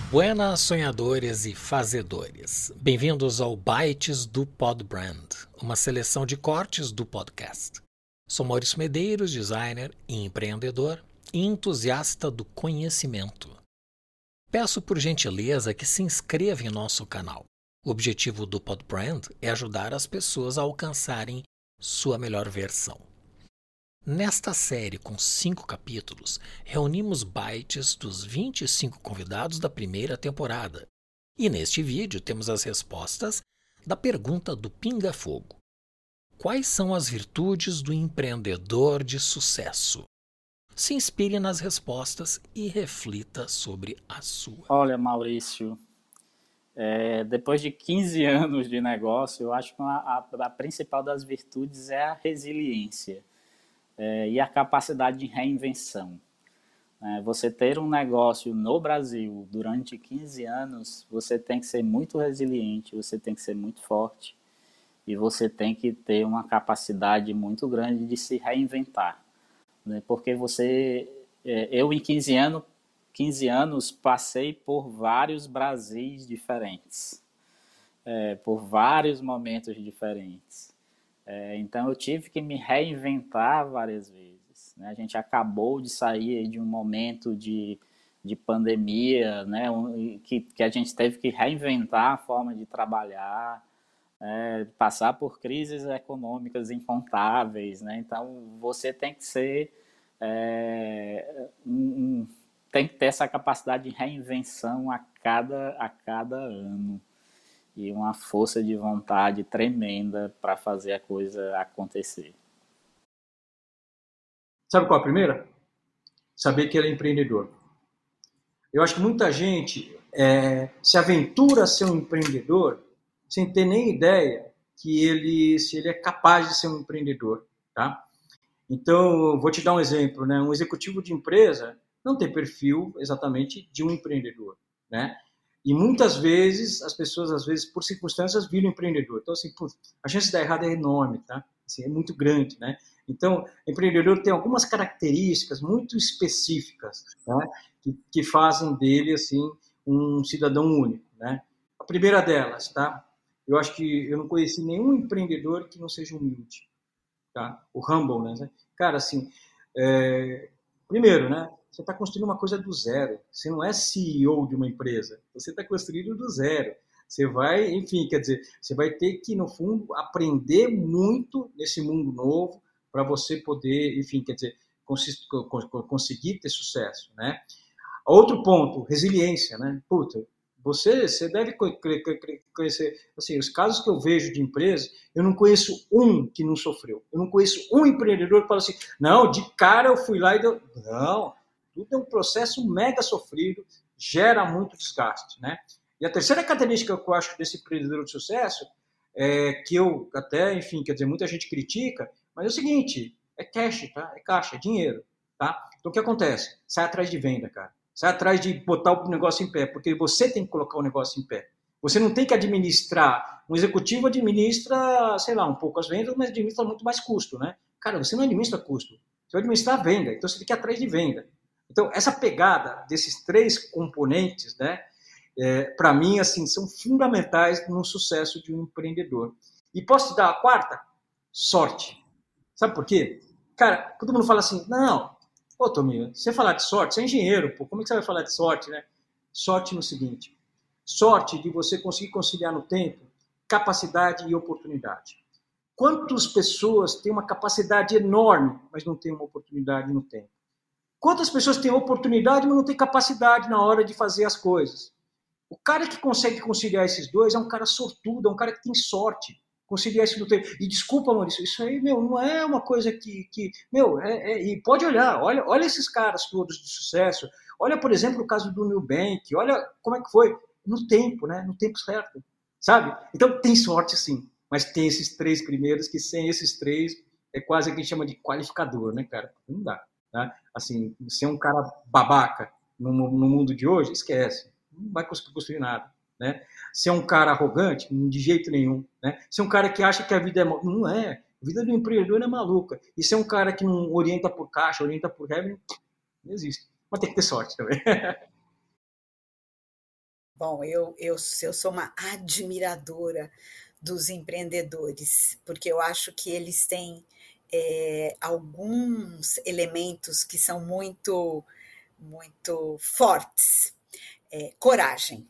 Buenas, sonhadores e fazedores. Bem-vindos ao Bytes do Podbrand, uma seleção de cortes do podcast. Sou Maurício Medeiros, designer e empreendedor e entusiasta do conhecimento. Peço por gentileza que se inscreva em nosso canal. O objetivo do Podbrand é ajudar as pessoas a alcançarem sua melhor versão. Nesta série com 5 capítulos, reunimos bytes dos 25 convidados da primeira temporada. E neste vídeo temos as respostas da pergunta do Pinga Fogo. Quais são as virtudes do empreendedor de sucesso? Se inspire nas respostas e reflita sobre a sua. Olha, Maurício, depois de 15 anos de negócio, eu acho que a principal das virtudes é a resiliência. E a capacidade de reinvenção. Você ter um negócio no Brasil durante 15 anos, você tem que ser muito resiliente, você tem que ser muito forte e você tem que ter uma capacidade muito grande de se reinventar. Porque eu em 15 anos passei por vários Brasis diferentes, por vários momentos diferentes. Então eu tive que me reinventar várias vezes. A gente acabou de sair de um momento de pandemia, que a gente teve que reinventar a forma de trabalhar, passar por crises econômicas incontáveis. Então você tem que ser, tem que ter essa capacidade de reinvenção a cada ano. E uma força de vontade tremenda para fazer a coisa acontecer. Sabe qual é a primeira? Saber que ele é empreendedor. Eu acho que muita gente se aventura a ser um empreendedor sem ter nem ideia se ele é capaz de ser um empreendedor, tá? Então, vou te dar um exemplo, né? Um executivo de empresa não tem perfil exatamente de um empreendedor, né? E muitas vezes, as pessoas, às vezes, por circunstâncias, viram empreendedor. Então, assim, a chance de dar errado é enorme, tá? Assim, é muito grande, né? Então, empreendedor tem algumas características muito específicas, né? que fazem dele, assim, um cidadão único, né? A primeira delas, tá? Eu acho que eu não conheci nenhum empreendedor que não seja humilde, tá? O humble, né? Cara, assim, primeiro, né? Você está construindo uma coisa do zero. Você não é CEO de uma empresa. Você está construindo do zero. Você vai, enfim, quer dizer, você vai ter que, no fundo, aprender muito nesse mundo novo para você poder, enfim, quer dizer, conseguir ter sucesso, né? Outro ponto, resiliência, né? Puta, você deve conhecer, assim, os casos que eu vejo de empresas, eu não conheço um que não sofreu. Eu não conheço um empreendedor que fala assim, não, de cara eu fui lá e deu... Não, tudo é um processo mega sofrido, gera muito desgaste, né? E a terceira característica que eu acho desse empreendedor de sucesso que eu até, enfim, quer dizer, muita gente critica, mas é o seguinte, é cash, tá? É caixa, é dinheiro, tá? Então o que acontece? Sai atrás de venda, cara. Sai atrás de botar o negócio em pé, porque você tem que colocar o negócio em pé. Você não tem que administrar. Um executivo administra, sei lá, um pouco as vendas, mas administra muito mais custo, né? Cara, você não administra custo. Você vai administrar a venda. Então você tem que ir atrás de venda. Então, essa pegada desses 3 componentes, né, para mim, assim, são fundamentais no sucesso de um empreendedor. E posso te dar a quarta? Sorte. Sabe por quê? Cara, todo mundo fala assim, não, pô, Tominho, você falar de sorte, você é engenheiro, pô, como é que você vai falar de sorte, né? Sorte no seguinte, sorte de você conseguir conciliar no tempo capacidade e oportunidade. Quantas pessoas têm uma capacidade enorme, mas não têm uma oportunidade no tempo? Quantas pessoas têm oportunidade, mas não têm capacidade na hora de fazer as coisas? O cara que consegue conciliar esses dois é um cara sortudo, é um cara que tem sorte. Conciliar isso no tempo. E desculpa, Maurício, isso aí, meu, não é uma coisa meu, e pode olhar, olha esses caras todos de sucesso. Olha, por exemplo, o caso do Nubank, olha como é que foi no tempo, né? No tempo certo, sabe? Então tem sorte sim, mas tem esses 3 primeiros que sem esses 3 é quase o que a gente chama de qualificador, né, cara? Não dá, tá? Assim, ser um cara babaca no mundo de hoje, esquece. Não vai conseguir construir nada, né? Ser um cara arrogante, de jeito nenhum, né? Ser um cara que acha que a vida é... Não é. A vida do empreendedor é maluca. E ser um cara que não orienta por caixa, orienta por revenue, não existe. Mas tem que ter sorte também. Bom, eu sou uma admiradora dos empreendedores, porque eu acho que eles têm alguns elementos que são muito, muito fortes. Coragem,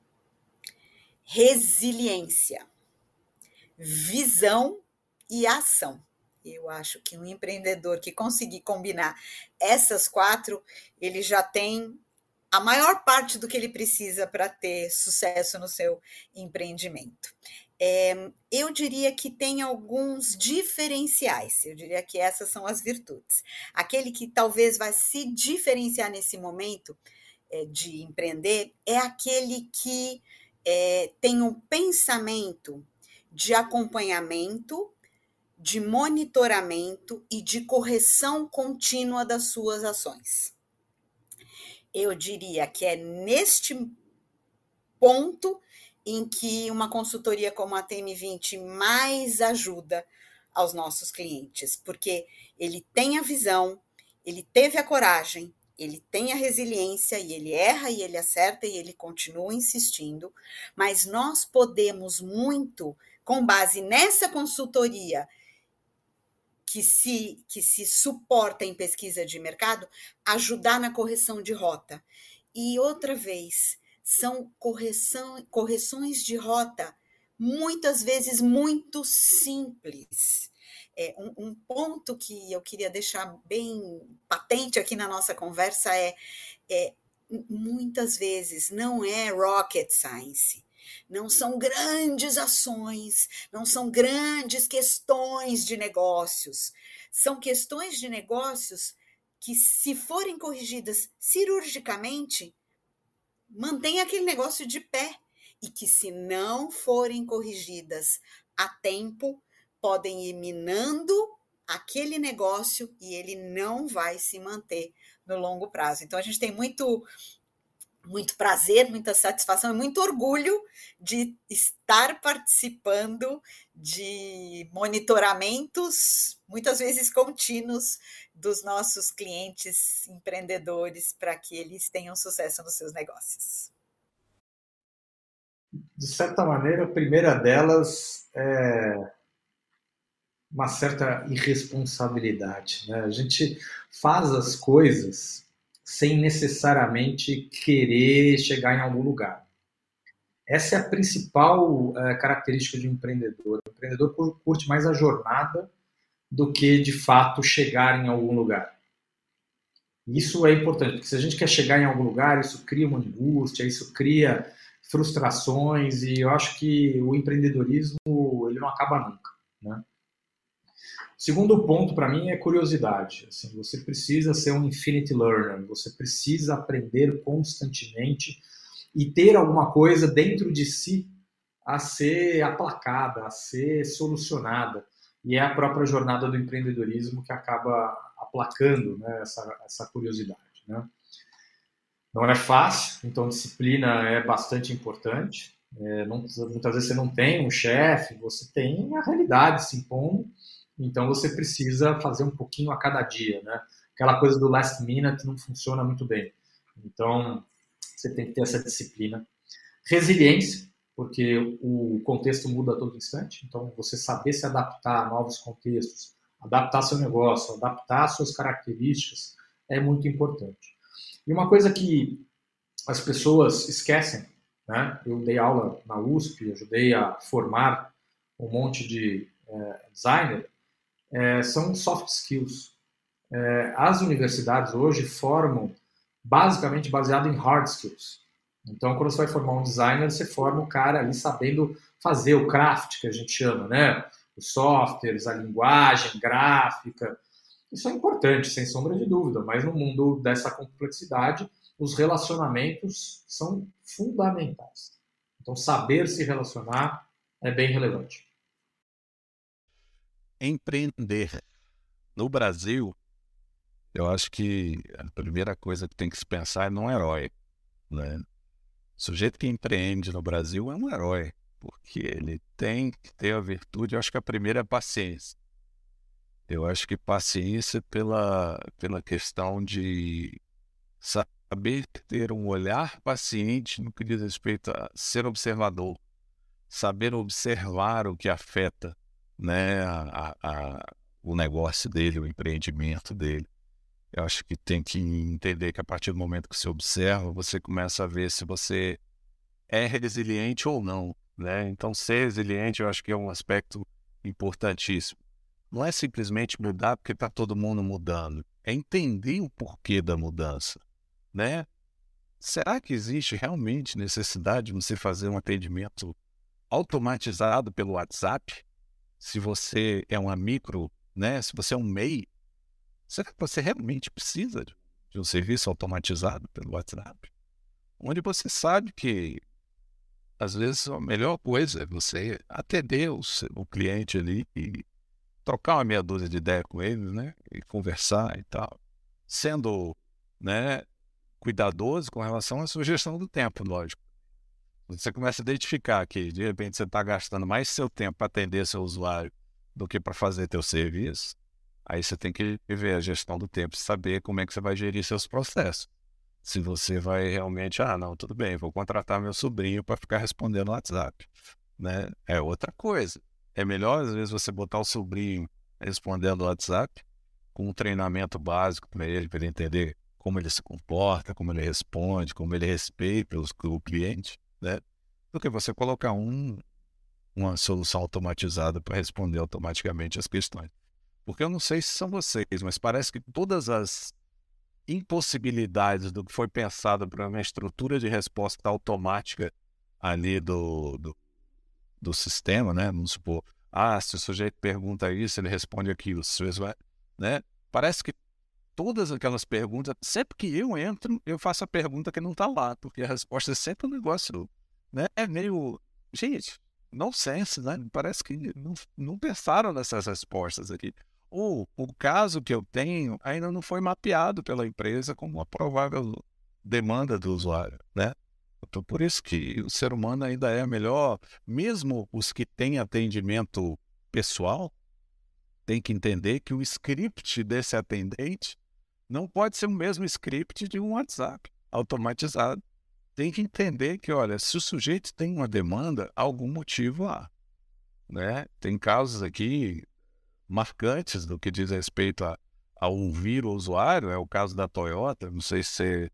resiliência, visão e ação. Eu acho que um empreendedor que conseguir combinar essas 4, ele já tem a maior parte do que ele precisa para ter sucesso no seu empreendimento. Eu diria que tem alguns diferenciais, eu diria que essas são as virtudes. Aquele que talvez vai se diferenciar nesse momento de empreender é aquele que tem um pensamento de acompanhamento, de monitoramento e de correção contínua das suas ações. Eu diria que é neste ponto em que uma consultoria como a TM20 mais ajuda aos nossos clientes, porque ele tem a visão, ele teve a coragem, ele tem a resiliência, e ele erra e ele acerta e ele continua insistindo, mas nós podemos muito, com base nessa consultoria que se suporta em pesquisa de mercado, ajudar na correção de rota. E outra vez, são correções de rota, muitas vezes muito simples. Um ponto que eu queria deixar bem patente aqui na nossa conversa muitas vezes não é rocket science. Não são grandes ações, não são grandes questões de negócios. São questões de negócios que, se forem corrigidas cirurgicamente, mantém aquele negócio de pé. E que, se não forem corrigidas a tempo, podem ir minando aquele negócio e ele não vai se manter no longo prazo. Então, a gente tem muito prazer, muita satisfação e muito orgulho de estar participando de monitoramentos, muitas vezes contínuos, dos nossos clientes empreendedores para que eles tenham sucesso nos seus negócios. De certa maneira, a primeira delas é uma certa irresponsabilidade, né? A gente faz as coisas sem necessariamente querer chegar em algum lugar. Essa é a principal característica de um empreendedor. O empreendedor curte mais a jornada do que, de fato, chegar em algum lugar. Isso é importante, porque se a gente quer chegar em algum lugar, isso cria uma angústia, isso cria frustrações, e eu acho que o empreendedorismo ele não acaba nunca, né? Segundo ponto para mim é curiosidade. Assim, você precisa ser um infinite learner, você precisa aprender constantemente e ter alguma coisa dentro de si a ser aplacada, a ser solucionada. E é a própria jornada do empreendedorismo que acaba aplacando, né, essa curiosidade, né? Não é fácil, então disciplina é bastante importante. Muitas vezes você não tem um chefe, você tem a realidade se impondo. Então você precisa fazer um pouquinho a cada dia, né? Aquela coisa do last minute não funciona muito bem. Então você tem que ter essa disciplina. Resiliência, porque o contexto muda a todo instante. Então você saber se adaptar a novos contextos, adaptar seu negócio, adaptar suas características é muito importante. E uma coisa que as pessoas esquecem, né? Eu dei aula na USP, ajudei a formar um monte de designer. São soft skills. As universidades hoje formam basicamente baseado em hard skills. Então, quando você vai formar um designer, você forma o cara ali sabendo fazer o craft, que a gente chama, né? Os softwares, a linguagem gráfica. Isso é importante, sem sombra de dúvida, mas no mundo dessa complexidade, os relacionamentos são fundamentais. Então, saber se relacionar é bem relevante. Empreender. No Brasil, eu acho que a primeira coisa que tem que se pensar é num herói, né? O sujeito que empreende no Brasil é um herói, porque ele tem que ter a virtude, eu acho que a primeira é a paciência. Eu acho que paciência pela questão de saber saber ter um olhar paciente no que diz respeito a ser observador, saber observar o que afeta, né, o negócio dele, o empreendimento dele. Eu acho que tem que entender que a partir do momento que você observa, você começa a ver se você é resiliente ou não, né? Então, ser resiliente eu acho que é um aspecto importantíssimo. Não é simplesmente mudar porque está todo mundo mudando, é entender o porquê da mudança, né? Será que existe realmente necessidade de você fazer um atendimento automatizado pelo WhatsApp? Se você é uma micro, né? Se você é um MEI, será que você realmente precisa de um serviço automatizado pelo WhatsApp? Onde você sabe que, às vezes, a melhor coisa é você atender o cliente ali e trocar uma meia dúzia de ideia com ele, né? E conversar e tal. Sendo, né, cuidadoso com relação à sua gestão do tempo, lógico. Você começa a identificar que, de repente, você está gastando mais seu tempo para atender seu usuário do que para fazer teu serviço. Aí você tem que ver a gestão do tempo, saber como é que você vai gerir seus processos. Se você vai realmente, não, tudo bem, vou contratar meu sobrinho para ficar respondendo no WhatsApp, né? É outra coisa. É melhor, às vezes, você botar o sobrinho respondendo no WhatsApp com um treinamento básico para ele entender como ele se comporta, como ele responde, como ele respeita o cliente, né? Do que você colocar uma solução automatizada para responder automaticamente as questões. Porque eu não sei se são vocês, mas parece que todas as impossibilidades do que foi pensado para uma estrutura de resposta automática ali do sistema, né? Vamos supor, se o sujeito pergunta isso, ele responde aquilo, né? Parece que todas aquelas perguntas, sempre que eu entro, eu faço a pergunta que não está lá, porque a resposta é sempre um negócio, né? É meio, gente, nonsense, né? Parece que não pensaram nessas respostas aqui. Ou o caso que eu tenho ainda não foi mapeado pela empresa como uma provável demanda do usuário, né? Então, por isso que o ser humano ainda é melhor, mesmo os que têm atendimento pessoal, tem que entender que o script desse atendente não pode ser o mesmo script de um WhatsApp automatizado. Tem que entender que, olha, se o sujeito tem uma demanda, algum motivo há, né? Tem casos aqui marcantes do que diz respeito a ouvir o usuário, é o caso da Toyota, não sei se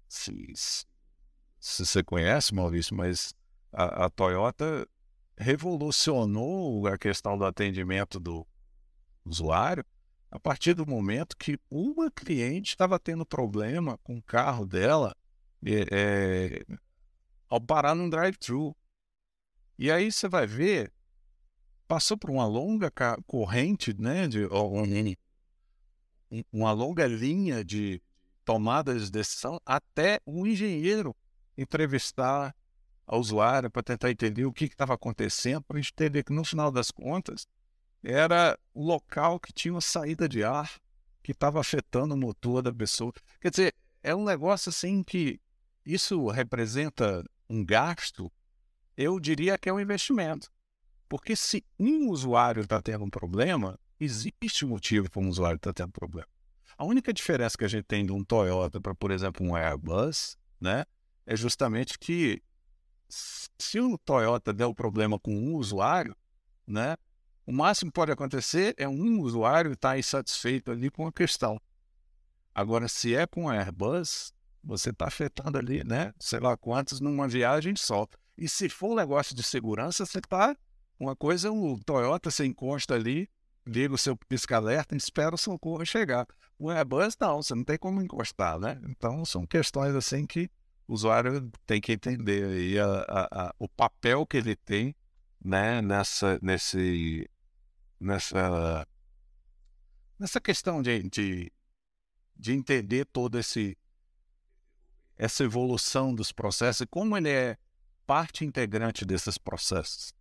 você conhece, Maurício, mas a Toyota revolucionou a questão do atendimento do usuário a partir do momento que uma cliente estava tendo problema com o carro dela ao parar num drive-thru. E aí você vai ver, passou por uma longa corrente, né, uma longa linha de tomadas de decisão até o engenheiro entrevistar a usuária para tentar entender o que estava acontecendo, para a gente entender que no final das contas era o local que tinha uma saída de ar que estava afetando o motor da pessoa. Quer dizer, é um negócio assim que isso representa um gasto, eu diria que é um investimento. Porque se um usuário está tendo um problema, existe um motivo para um usuário estar tendo problema. A única diferença que a gente tem de um Toyota para, por exemplo, um Airbus, né, é justamente que se o Toyota der o problema com um usuário, né, o máximo que pode acontecer é um usuário estar insatisfeito ali com a questão. Agora, se é com a Airbus, você está afetando ali, né, sei lá quantos numa viagem só. E se for um negócio de segurança, você está... Uma coisa, o Toyota, você encosta ali, liga o seu pisca-alerta e espera o socorro chegar. O Airbus, não, você não tem como encostar, né? Então, são questões assim que o usuário tem que entender aí o papel que ele tem, né, nessa questão de entender toda essa evolução dos processos e como ele é parte integrante desses processos.